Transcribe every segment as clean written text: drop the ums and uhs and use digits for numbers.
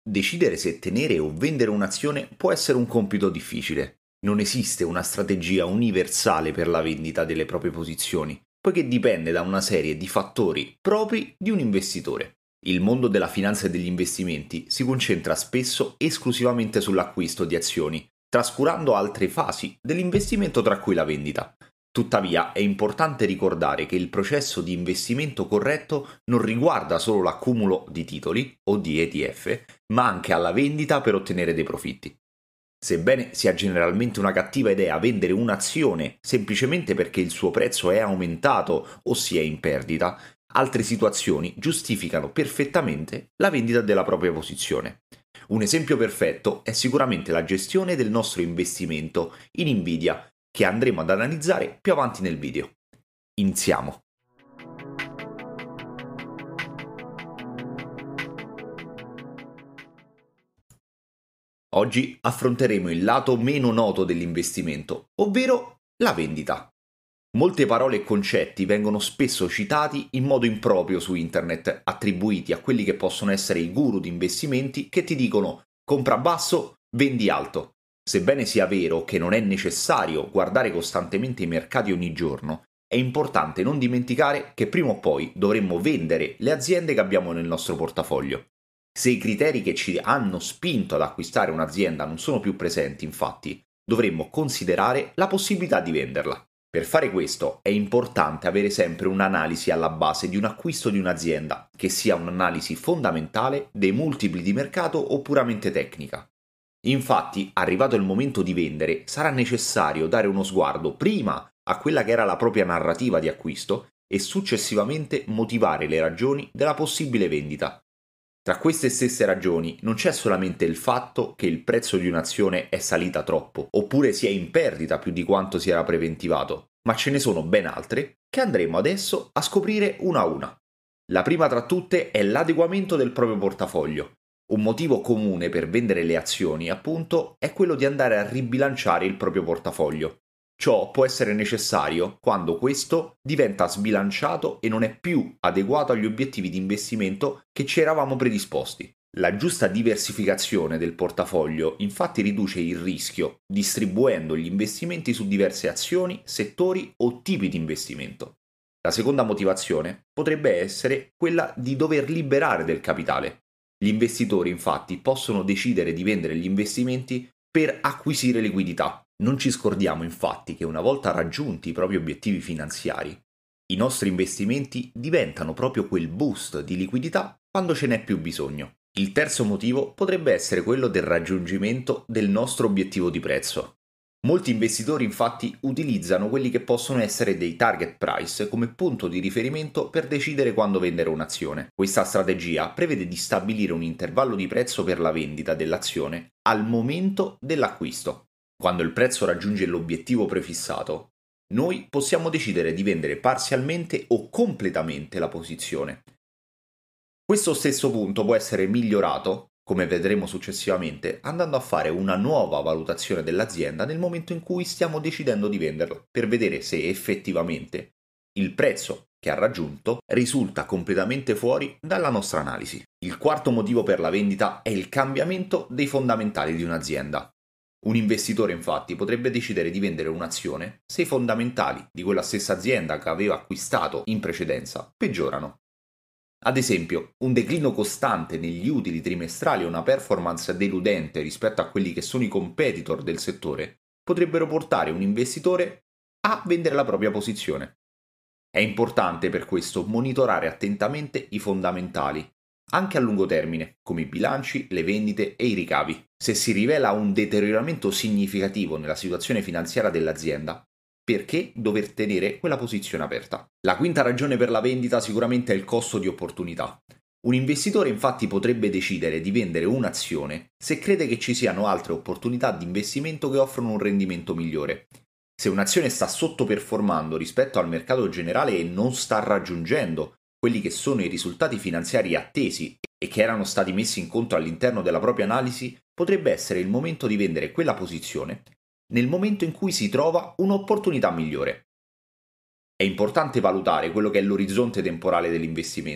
Decidere se tenere o vendere un'azione può essere un compito difficile. Non esiste una strategia universale per la vendita delle proprie posizioni, poiché dipende da una serie di fattori propri di un investitore. Il mondo della finanza e degli investimenti si concentra spesso esclusivamente sull'acquisto di azioni, trascurando altre fasi dell'investimento tra cui la vendita. Tuttavia è importante ricordare che il processo di investimento corretto non riguarda solo l'accumulo di titoli o di ETF, ma anche alla vendita per ottenere dei profitti. Sebbene sia generalmente una cattiva idea vendere un'azione semplicemente perché il suo prezzo è aumentato o si è in perdita, altre situazioni giustificano perfettamente la vendita della propria posizione. Un esempio perfetto è sicuramente la gestione del nostro investimento in Nvidia, che andremo ad analizzare più avanti nel video. Iniziamo! Oggi affronteremo il lato meno noto dell'investimento, ovvero la vendita. Molte parole e concetti vengono spesso citati in modo improprio su internet, attribuiti a quelli che possono essere i guru di investimenti che ti dicono compra basso, vendi alto. Sebbene sia vero che non è necessario guardare costantemente i mercati ogni giorno, è importante non dimenticare che prima o poi dovremmo vendere le aziende che abbiamo nel nostro portafoglio. Se i criteri che ci hanno spinto ad acquistare un'azienda non sono più presenti, infatti, dovremmo considerare la possibilità di venderla. Per fare questo è importante avere sempre un'analisi alla base di un acquisto di un'azienda, che sia un'analisi fondamentale dei multipli di mercato o puramente tecnica. Infatti, arrivato il momento di vendere, sarà necessario dare uno sguardo prima a quella che era la propria narrativa di acquisto e successivamente motivare le ragioni della possibile vendita. Tra queste stesse ragioni non c'è solamente il fatto che il prezzo di un'azione è salita troppo, oppure si è in perdita più di quanto si era preventivato, ma ce ne sono ben altre che andremo adesso a scoprire una a una. La prima tra tutte è l'adeguamento del proprio portafoglio. Un motivo comune per vendere le azioni, appunto, è quello di andare a ribilanciare il proprio portafoglio. Ciò può essere necessario quando questo diventa sbilanciato e non è più adeguato agli obiettivi di investimento che ci eravamo predisposti. La giusta diversificazione del portafoglio infatti riduce il rischio, distribuendo gli investimenti su diverse azioni, settori o tipi di investimento. La seconda motivazione potrebbe essere quella di dover liberare del capitale. Gli investitori infatti possono decidere di vendere gli investimenti per acquisire liquidità. Non ci scordiamo infatti che una volta raggiunti i propri obiettivi finanziari, i nostri investimenti diventano proprio quel boost di liquidità quando ce n'è più bisogno. Il terzo motivo potrebbe essere quello del raggiungimento del nostro obiettivo di prezzo. Molti investitori infatti utilizzano quelli che possono essere dei target price come punto di riferimento per decidere quando vendere un'azione. Questa strategia prevede di stabilire un intervallo di prezzo per la vendita dell'azione al momento dell'acquisto. Quando il prezzo raggiunge l'obiettivo prefissato, noi possiamo decidere di vendere parzialmente o completamente la posizione. Questo stesso punto può essere migliorato, come vedremo successivamente, andando a fare una nuova valutazione dell'azienda nel momento in cui stiamo decidendo di venderlo, per vedere se effettivamente il prezzo che ha raggiunto risulta completamente fuori dalla nostra analisi. Il quarto motivo per la vendita è il cambiamento dei fondamentali di un'azienda. Un investitore infatti potrebbe decidere di vendere un'azione se i fondamentali di quella stessa azienda che aveva acquistato in precedenza peggiorano. Ad esempio, un declino costante negli utili trimestrali o una performance deludente rispetto a quelli che sono i competitor del settore potrebbero portare un investitore a vendere la propria posizione. È importante per questo monitorare attentamente i fondamentali, anche a lungo termine, come i bilanci, le vendite e i ricavi. Se si rivela un deterioramento significativo nella situazione finanziaria dell'azienda, perché dover tenere quella posizione aperta? La quinta ragione per la vendita sicuramente è il costo di opportunità. Un investitore infatti potrebbe decidere di vendere un'azione se crede che ci siano altre opportunità di investimento che offrono un rendimento migliore. Se un'azione sta sottoperformando rispetto al mercato generale e non sta raggiungendo quelli che sono i risultati finanziari attesi e che erano stati messi in conto all'interno della propria analisi, potrebbe essere il momento di vendere quella posizione nel momento in cui si trova un'opportunità migliore. È importante valutare quello che è l'orizzonte temporale dell'investimento.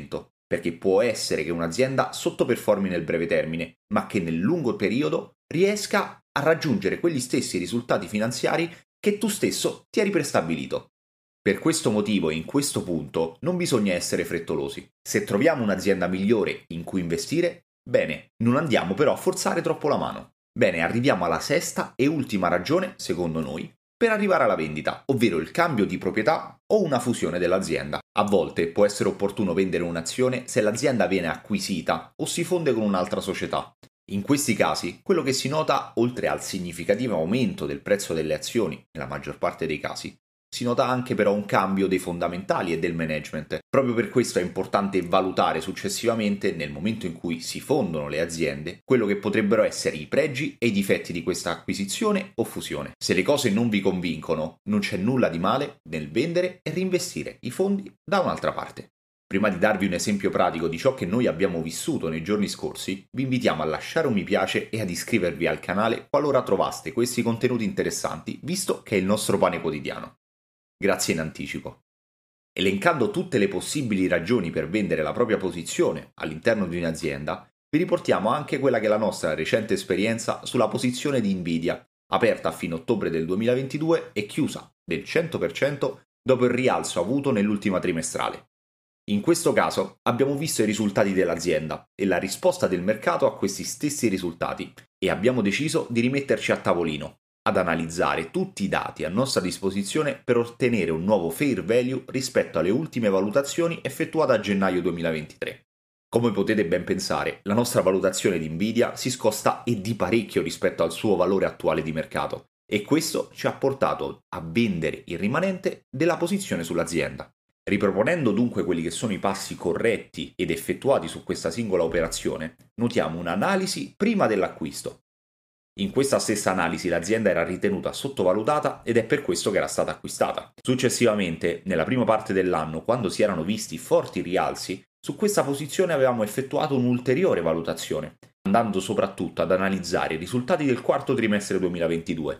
perché può essere che un'azienda sottoperformi nel breve termine, ma che nel lungo periodo riesca a raggiungere quegli stessi risultati finanziari che tu stesso ti eri prestabilito. Per questo motivo e in questo punto non bisogna essere frettolosi. Se troviamo un'azienda migliore in cui investire, bene, non andiamo però a forzare troppo la mano. Bene, arriviamo alla sesta e ultima ragione, secondo noi, per arrivare alla vendita, ovvero il cambio di proprietà o una fusione dell'azienda. A volte può essere opportuno vendere un'azione se l'azienda viene acquisita o si fonde con un'altra società. In questi casi, quello che si nota, oltre al significativo aumento del prezzo delle azioni, nella maggior parte dei casi, si nota anche però un cambio dei fondamentali e del management. Proprio per questo è importante valutare successivamente, nel momento in cui si fondono le aziende, quello che potrebbero essere i pregi e i difetti di questa acquisizione o fusione. Se le cose non vi convincono, non c'è nulla di male nel vendere e reinvestire i fondi da un'altra parte. Prima di darvi un esempio pratico di ciò che noi abbiamo vissuto nei giorni scorsi, vi invitiamo a lasciare un mi piace e ad iscrivervi al canale qualora trovaste questi contenuti interessanti, visto che è il nostro pane quotidiano. Grazie in anticipo. Elencando tutte le possibili ragioni per vendere la propria posizione all'interno di un'azienda, vi riportiamo anche quella che è la nostra recente esperienza sulla posizione di Nvidia, aperta a fine ottobre del 2022 e chiusa del 100% dopo il rialzo avuto nell'ultima trimestrale. In questo caso abbiamo visto i risultati dell'azienda e la risposta del mercato a questi stessi risultati e abbiamo deciso di rimetterci a tavolino, ad analizzare tutti i dati a nostra disposizione per ottenere un nuovo fair value rispetto alle ultime valutazioni effettuate a gennaio 2023. Come potete ben pensare, la nostra valutazione di Nvidia si scosta e di parecchio rispetto al suo valore attuale di mercato e questo ci ha portato a vendere il rimanente della posizione sull'azienda. Riproponendo dunque quelli che sono i passi corretti ed effettuati su questa singola operazione, notiamo un'analisi prima dell'acquisto. In questa stessa analisi l'azienda era ritenuta sottovalutata ed è per questo che era stata acquistata. Successivamente, nella prima parte dell'anno, quando si erano visti forti rialzi, su questa posizione avevamo effettuato un'ulteriore valutazione, andando soprattutto ad analizzare i risultati del quarto trimestre 2022.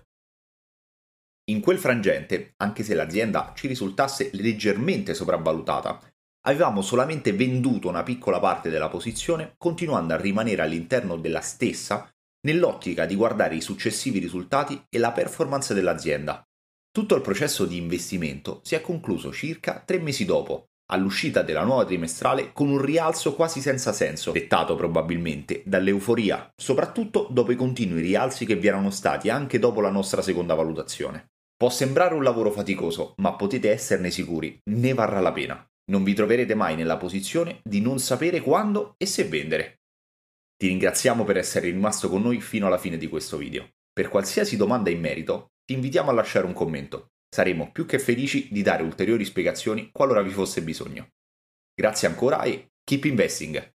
In quel frangente, anche se l'azienda ci risultasse leggermente sopravvalutata, avevamo solamente venduto una piccola parte della posizione, continuando a rimanere all'interno della stessa nell'ottica di guardare i successivi risultati e la performance dell'azienda. Tutto il processo di investimento si è concluso circa 3 mesi dopo, all'uscita della nuova trimestrale con un rialzo quasi senza senso, dettato probabilmente dall'euforia, soprattutto dopo i continui rialzi che vi erano stati anche dopo la nostra seconda valutazione. Può sembrare un lavoro faticoso, ma potete esserne sicuri, ne varrà la pena. Non vi troverete mai nella posizione di non sapere quando e se vendere. Ti ringraziamo per essere rimasto con noi fino alla fine di questo video. Per qualsiasi domanda in merito, ti invitiamo a lasciare un commento. Saremo più che felici di dare ulteriori spiegazioni qualora vi fosse bisogno. Grazie ancora e keep investing!